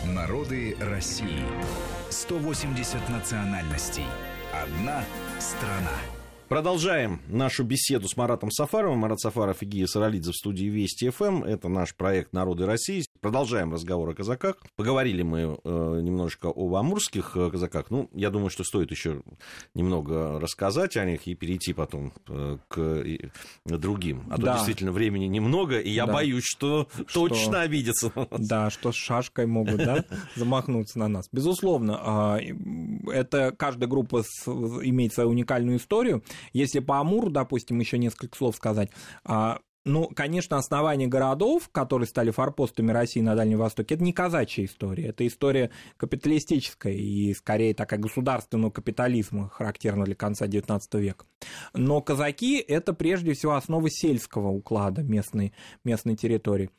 Народы России. 180 национальностей. Одна страна. Продолжаем нашу беседу с Маратом Сафаровым. Марат Сафаров и Гия Саралидзе в студии Вести ФМ. Это наш проект «Народы России». Продолжаем разговор о казаках. Поговорили мы немножечко об амурских казаках. Ну, я думаю, что стоит еще немного рассказать о них и перейти потом к другим. А то действительно времени немного, и я боюсь, что точно обидятся. Да, что с шашкой могут замахнуться на нас. Безусловно, это каждая группа имеет свою уникальную историю. Если по Амуру, допустим, еще несколько слов сказать, ну, конечно, основание городов, которые стали форпостами России на Дальнем Востоке, это не казачья история, это история капиталистическая и, скорее, такая государственного капитализма, характерна для конца XIX века. Но казаки – это, прежде всего, основа сельского уклада местной территории.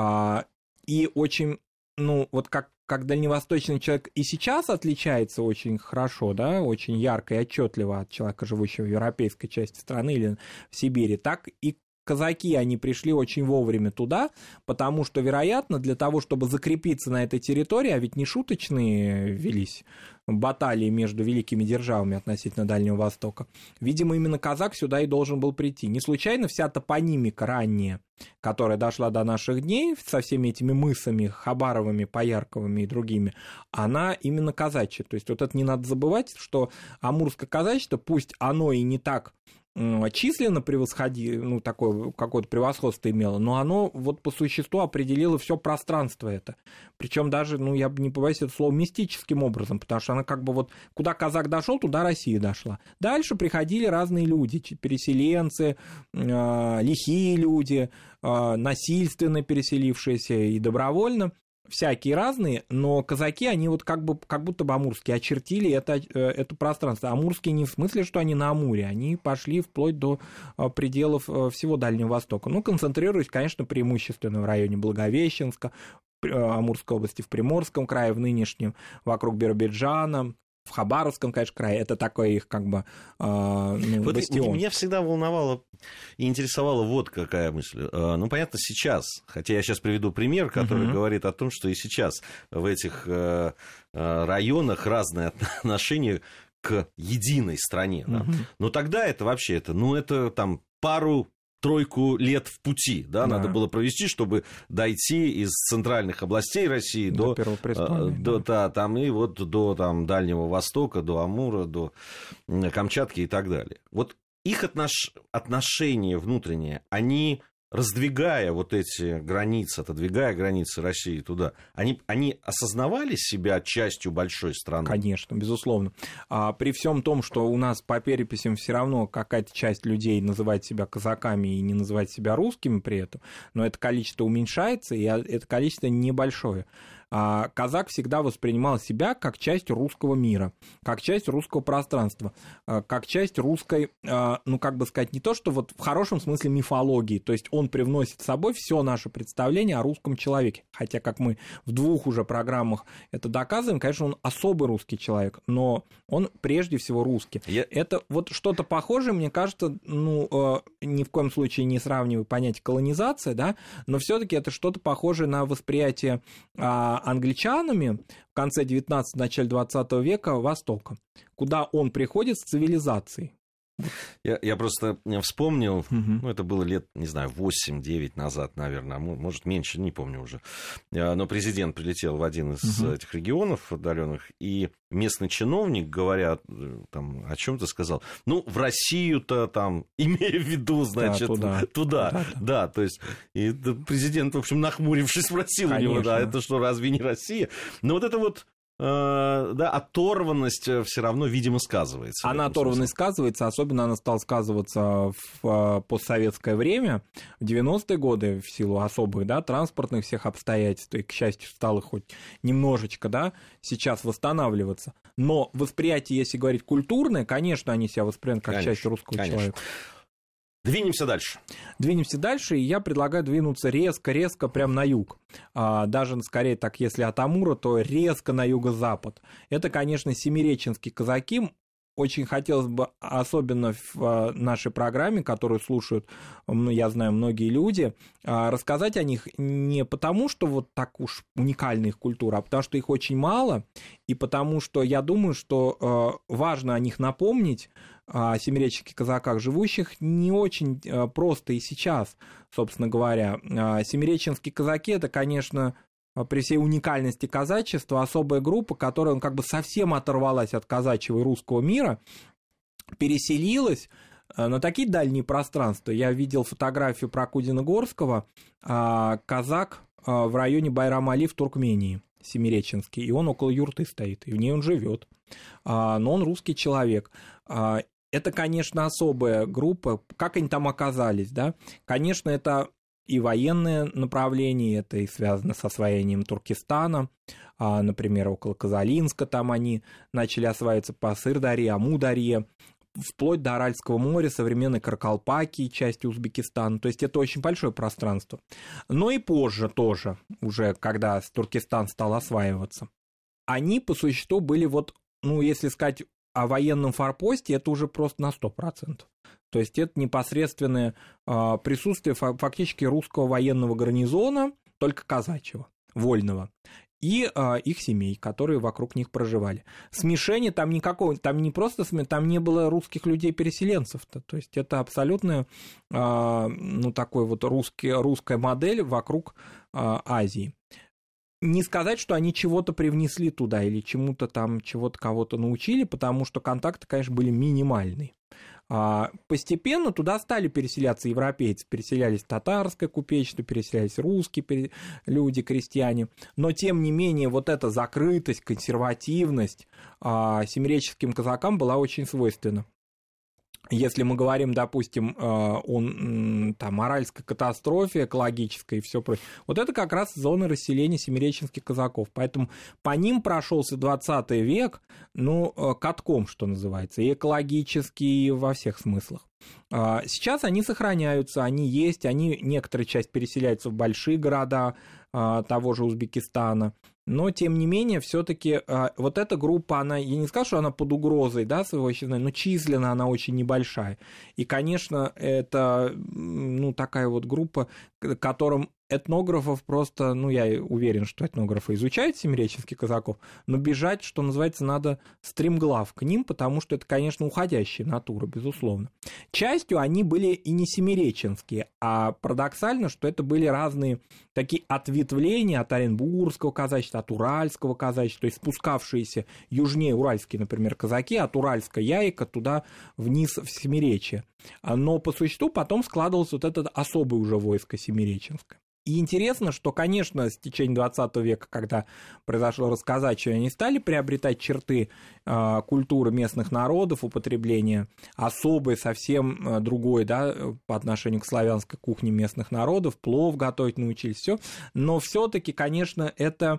И очень, ну, вот как дальневосточный человек и сейчас отличается очень хорошо, да, очень ярко и отчетливо от человека, живущего в европейской части страны или в Сибири, так и казаки, они пришли очень вовремя туда, потому что, вероятно, для того, чтобы закрепиться на этой территории, а ведь не шуточные велись баталии между великими державами относительно Дальнего Востока, видимо, именно казак сюда и должен был прийти. Не случайно вся топонимика ранняя, которая дошла до наших дней со всеми этими мысами, Хабаровыми, Поярковыми и другими, она именно казачья. То есть вот это не надо забывать, что амурское казачество, пусть оно и не так численно превосходило, ну, такое какое-то превосходство имело, но оно вот по существу определило все пространство это. Причем даже, ну, я не побоюсь это слово, мистическим образом, потому что она как бы вот куда казак дошел, туда Россия дошла. Дальше приходили разные люди, переселенцы, лихие люди, насильственно переселившиеся и добровольно. Всякие разные, но казаки, они вот как будто бы амурские очертили это пространство. Амурские не в смысле, что они на Амуре, они пошли вплоть до пределов всего Дальнего Востока. Ну, концентрируясь, конечно, преимущественно в районе Благовещенска, Амурской области, в Приморском крае, в нынешнем, вокруг Биробиджана, в Хабаровском, конечно, крае, это такой их как бы вот бастион. Меня всегда волновало и интересовала вот какая мысль. Ну, понятно, сейчас, хотя я сейчас приведу пример, который говорит о том, что и сейчас в этих районах разные отношения к единой стране. Да? Но тогда это вообще, это там пару-тройку лет в пути, да, надо было провести, чтобы дойти из центральных областей России до там, и вот до там, Дальнего Востока, до Амура, до Камчатки и так далее. Вот их отношения внутренние, они, раздвигая вот эти границы, отодвигая границы России туда, они осознавали себя частью большой страны? Конечно, безусловно. При всем том, что у нас по переписям все равно какая-то часть людей называет себя казаками и не называет себя русскими при этом, но это количество уменьшается, и это количество небольшое. Казак всегда воспринимал себя как часть русского мира, как часть русского пространства, как часть русской, ну, как бы сказать, не то, что вот в хорошем смысле мифологии, то есть он привносит с собой все наше представление о русском человеке, хотя, как мы в 2 уже программах это доказываем, конечно, он особый русский человек, но он прежде всего русский. Это вот что-то похожее, мне кажется, ну, ни в коем случае не сравниваю понятие колонизация, да, но все-таки это что-то похожее на восприятие англичанами в конце 19-го, начале 20 века Востока, куда он приходит с цивилизацией. Я просто вспомнил, ну, это было лет, не знаю, 8-9 назад, наверное, может, меньше, не помню уже. Но президент прилетел в один из этих регионов отдаленных, и местный чиновник, говоря там, о чем-то, сказал, ну, в Россию-то там, имея в виду, значит, туда. Да, то есть, и президент, в общем, нахмурившись, спросил у него, да, это что, разве не Россия? Но вот это вот оторванность все равно, видимо, сказывается. Она оторванность сказывается, особенно она стала сказываться в постсоветское время, в 90-е годы, в силу особых, да, транспортных всех обстоятельств, и, к счастью, стало хоть немножечко, да, сейчас восстанавливаться. Но восприятие, если говорить культурное, конечно, они себя воспринимают как часть русского человека. Двинемся дальше. Двинемся дальше, и я предлагаю двинуться резко прямо на юг. Даже, скорее, так, если от Амура, то резко на юго-запад. Это, конечно, семиреченские казаки. очень хотелось бы, особенно в нашей программе, которую слушают, я знаю, многие люди, рассказать о них не потому, что вот так уж уникальна их культура, а потому что их очень мало, и потому что я думаю, что важно о них напомнить, о семиреченских казаках, живущих не очень просто и сейчас, собственно говоря. Семиреченские казаки — это, конечно, при всей уникальности казачества, особая группа, которая как бы совсем оторвалась от казачьего и русского мира, переселилась на такие дальние пространства. Я видел фотографию Прокудина-Горского, казак в районе Байрам-Али в Туркмении, семиреченский, и он около юрты стоит, и в ней он живет. Но он русский человек. Это, конечно, особая группа. Как они там оказались, да? Конечно, это и военное направление, это и связано с освоением Туркестана. Например, около Казалинска там они начали осваиваться по Сырдарье, Амударье, вплоть до Аральского моря, современной Каракалпакии, части Узбекистана. То есть это очень большое пространство. Но и позже тоже, уже когда Туркестан стал осваиваться, они по существу были вот, если сказать о военном форпосте, это уже просто на 100%. То есть это непосредственное присутствие фактически русского военного гарнизона, только казачьего, вольного, и их семей, которые вокруг них проживали. Смешения там никакого, там не просто там не было русских людей-переселенцев-то. То есть это абсолютно такой вот русская модель вокруг Азии. Не сказать, что они чего-то привнесли туда или чему-то там, чего-то кого-то научили, потому что контакты, конечно, были минимальные. Постепенно туда стали переселяться европейцы, переселялись татарское купечество, переселялись русские люди, крестьяне, но тем не менее вот эта закрытость, консервативность семиреченским казакам была очень свойственна. Если мы говорим, допустим, о Аральской катастрофе экологической и все прочее, вот это как раз зона расселения семиреченских казаков. Поэтому по ним прошелся 20 век, катком, что называется, и экологически, и во всех смыслах. Сейчас они сохраняются, они есть, некоторая часть переселяются в большие города того же Узбекистана, но, тем не менее, все-таки вот эта группа, я не скажу, что она под угрозой, да, своего исчезновения, но численно она очень небольшая. И, конечно, это, такая вот группа, которым этнографов просто, я уверен, что этнографы изучают семиреченских казаков, но бежать, что называется, надо стремглав к ним, потому что это, конечно, уходящая натура, безусловно. Частью они были и не семиреченские, а парадоксально, что это были разные такие ответвления от оренбургского казачества, от уральского казачества, то есть спускавшиеся южнее уральские, например, казаки, от Уральска яйка туда вниз в Семиречье. Но по существу потом складывалось вот это особое уже войско семиреченское. И интересно, что, конечно, с течением 20 века, когда произошло расказачивание, они стали приобретать черты культуры местных народов, употребления особой, совсем другой, да, по отношению к славянской кухне местных народов, плов готовить научились, все. Но все-таки, конечно, это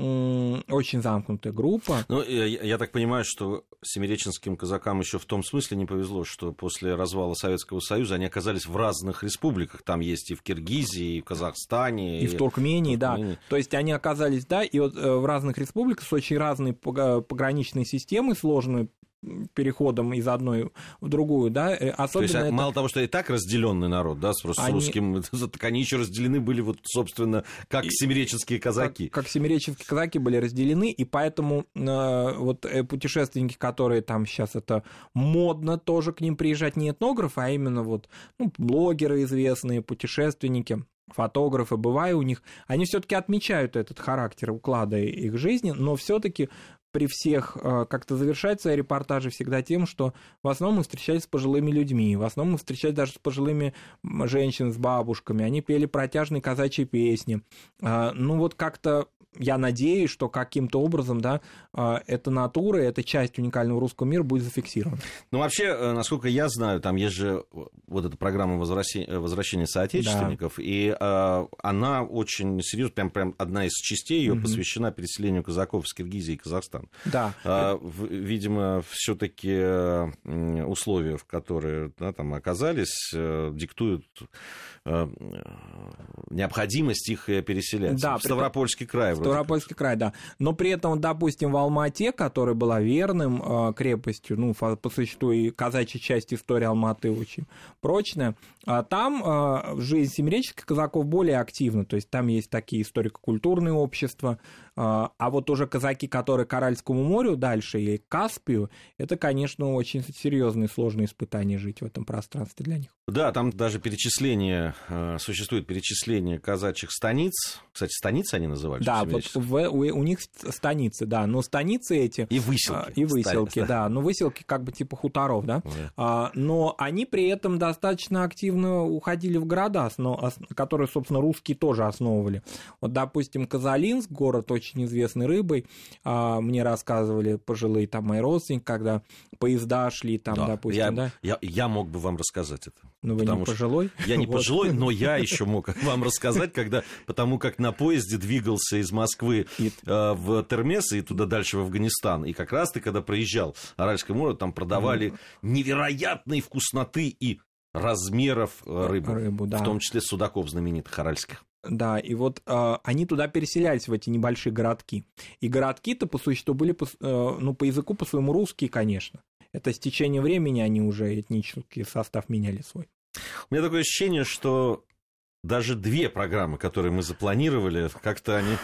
очень замкнутая группа. Я так понимаю, что семиреченским казакам еще в том смысле не повезло, что после развала Советского Союза они оказались в разных республиках. Там есть и в Киргизии, и в Казахстане. И в Туркмении, да. То есть они оказались, да, и вот в разных республиках с очень разной пограничной системой, сложной переходом из одной в другую, да, особенно. То есть, мало того, что и так разделенный народ, да, с русским, так они еще разделены были, вот, собственно, как семиреченские казаки. Как семиреченские казаки были разделены, и поэтому вот путешественники, которые там сейчас это модно тоже к ним приезжать, не этнографы, а именно вот блогеры известные, путешественники, фотографы, бывая у них, они все-таки отмечают этот характер уклада их жизни, но все-таки при всех как-то завершают свои репортажи всегда тем, что в основном мы встречались с пожилыми людьми, в основном мы встречались даже с пожилыми женщинами, с бабушками, они пели протяжные казачьи песни. Вот как-то я надеюсь, что каким-то образом, да, эта натура, эта часть уникального русского мира будет зафиксирована. Вообще, насколько я знаю, там есть же вот эта программа возвращения соотечественников, да. И она очень серьезно, прям одна из частей ее посвящена переселению казаков из Киргизии и Казахстана. Да. Видимо, все-таки условия, в которые там оказались, диктуют необходимость их переселять. Да, в Ставропольский край. Ставропольский край, да. Но при этом, допустим, в Алма-Ате, которая была верным крепостью, ну, по существу и казачья часть истории Алма-Аты очень прочная, там жизнь семиреческих казаков более активна, то есть там есть такие историко-культурные общества, а вот уже казаки, которые к Аральскому морю дальше и к Каспию, это, конечно, очень серьезные сложные испытания жить в этом пространстве для них. Да, там даже существует перечисление казачьих станиц. Кстати, станицы они назывались? Да, вот у них станицы, да, но станицы эти... И выселки. И выселки, да, но выселки как бы типа хуторов, да, но они при этом достаточно активно уходили в города, которые, собственно, русские тоже основывали. Вот, допустим, Казалинск, город очень известный рыбой, мне рассказывали пожилые там мои родственники, когда поезда шли там, да, допустим, я мог бы вам рассказать это. Но вы не пожилой? Я не пожилой, но я еще мог вам рассказать, потому как на поезде двигался из Москвы в Термес и туда дальше в Афганистан. И как раз ты, когда проезжал Аральское море, там продавали невероятной вкусноты и размеров рыбу, да. В том числе судаков знаменитых аральских. Да, и вот они туда переселялись, в эти небольшие городки. И городки-то, по существу, были, по языку по-своему русские, конечно. Это с течением времени они уже этнический состав меняли свой. У меня такое ощущение, что даже 2 программы, которые мы запланировали, как-то они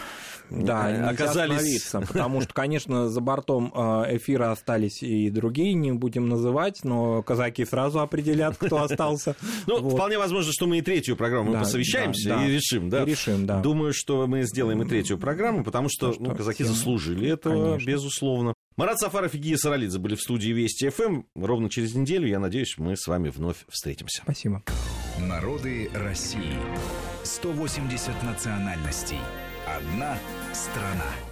оказались... Потому что, конечно, за бортом эфира остались и другие, не будем называть, но казаки сразу определят, кто остался. Ну, вполне возможно, что мы и 3-ю программу посовещаемся и решим. Да. Решим, да. Думаю, что мы сделаем и 3-ю программу, потому что казаки заслужили этого, безусловно. Марат Сафаров и Гия Саралидзе были в студии Вести ФМ. Ровно через неделю, я надеюсь, мы с вами вновь встретимся. Спасибо. Народы России. 180 национальностей. Одна страна.